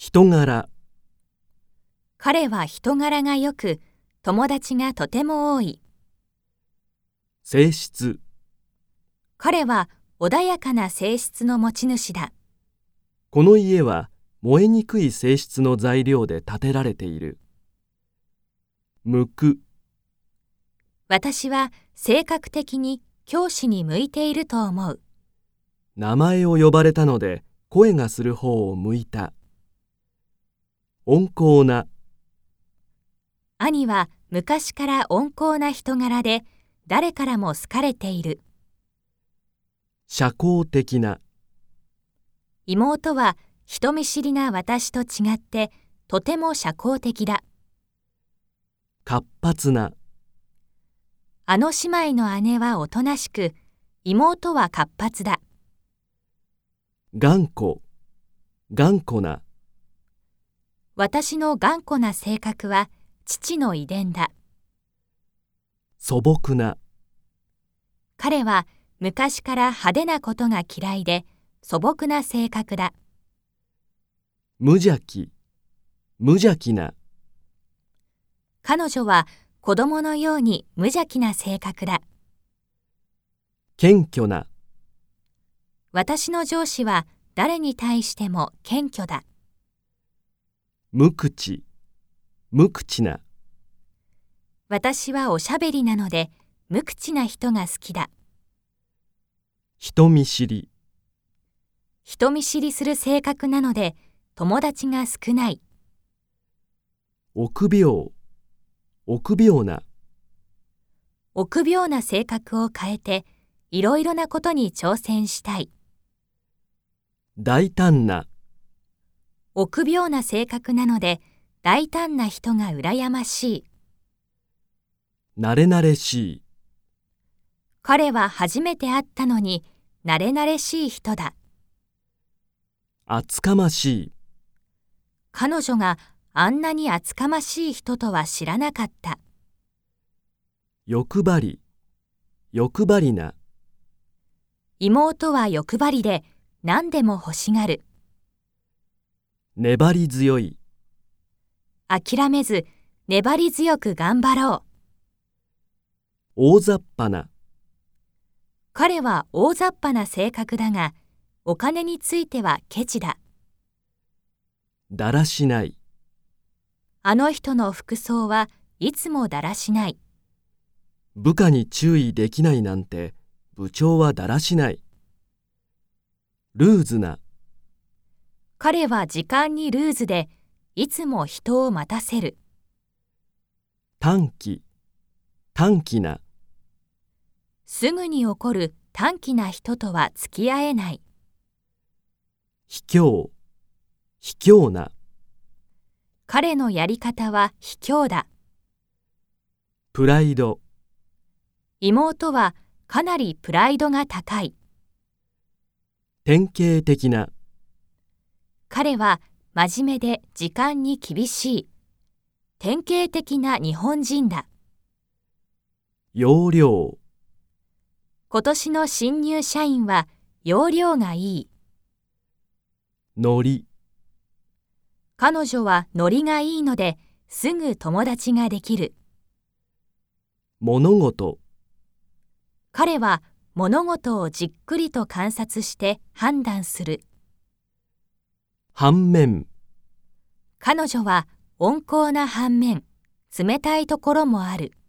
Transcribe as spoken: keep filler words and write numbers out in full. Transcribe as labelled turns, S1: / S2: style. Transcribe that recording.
S1: 人柄。
S2: 彼は人柄が良く、友達がとても多い。
S1: 性質。
S2: 彼は穏やかな性質の持ち主だ。
S1: この家は燃えにくい性質の材料で建てられている。向く。
S2: 私は性格的に教師に向いていると思う。
S1: 名前を呼ばれたので声がする方を向いた。温厚な。
S2: 兄は昔から温厚な人柄で誰からも好かれている。
S1: 社交的な。
S2: 妹は人見知りな私と違ってとても社交的だ。
S1: 活発な。
S2: あの姉妹の姉はおとなしく、妹は活発だ。
S1: 頑固。頑固な。
S2: 私の頑固な性格は父の遺伝だ。
S1: 素朴な。
S2: 彼は昔から派手なことが嫌いで素朴な性格だ。
S1: 無邪気。無邪気な。
S2: 彼女は子供のように無邪気な性格だ。
S1: 謙虚な。
S2: 私の上司は誰に対しても謙虚だ。
S1: 無口。無口な。
S2: 私はおしゃべりなので無口な人が好きだ。
S1: 人見知り。
S2: 人見知りする性格なので友達が少ない。
S1: 臆病。臆病な。
S2: 臆病な性格を変えていろいろなことに挑戦したい。
S1: 大胆な。
S2: 臆病な性格なので大胆な人が羨ましい。
S1: 慣れ慣れしい。
S2: 彼は初めて会ったのに慣れ慣れしい人だ。
S1: 厚かましい。
S2: 彼女があんなに厚かましい人とは知らなかった。
S1: 欲張り。欲張りな。
S2: 妹は欲張りで何でも欲しがる。
S1: 粘り強い。
S2: 諦めず粘り強く頑張ろう。
S1: 大雑把な。
S2: 彼は大雑把な性格だが、お金についてはケチだ。
S1: だらしない。
S2: あの人の服装はいつもだらしない。
S1: 部下に注意できないなんて部長はだらしない。ルーズな。
S2: 彼は時間にルーズでいつも人を待たせる。
S1: 短気。短気な。
S2: すぐに怒る短気な人とは付き合えない。
S1: 卑怯。卑怯な。
S2: 彼のやり方は卑怯だ。
S1: プライド。
S2: 妹はかなりプライドが高い。
S1: 典型的な。
S2: 彼は真面目で時間に厳しい。典型的な日本人だ。
S1: 要領。
S2: 今年の新入社員は要領がいい。
S1: ノリ。
S2: 彼女はノリがいいのですぐ友達ができる。
S1: 物事。
S2: 彼は物事をじっくりと観察して判断する。
S1: 反面。
S2: 彼女は温厚な反面、冷たいところもある。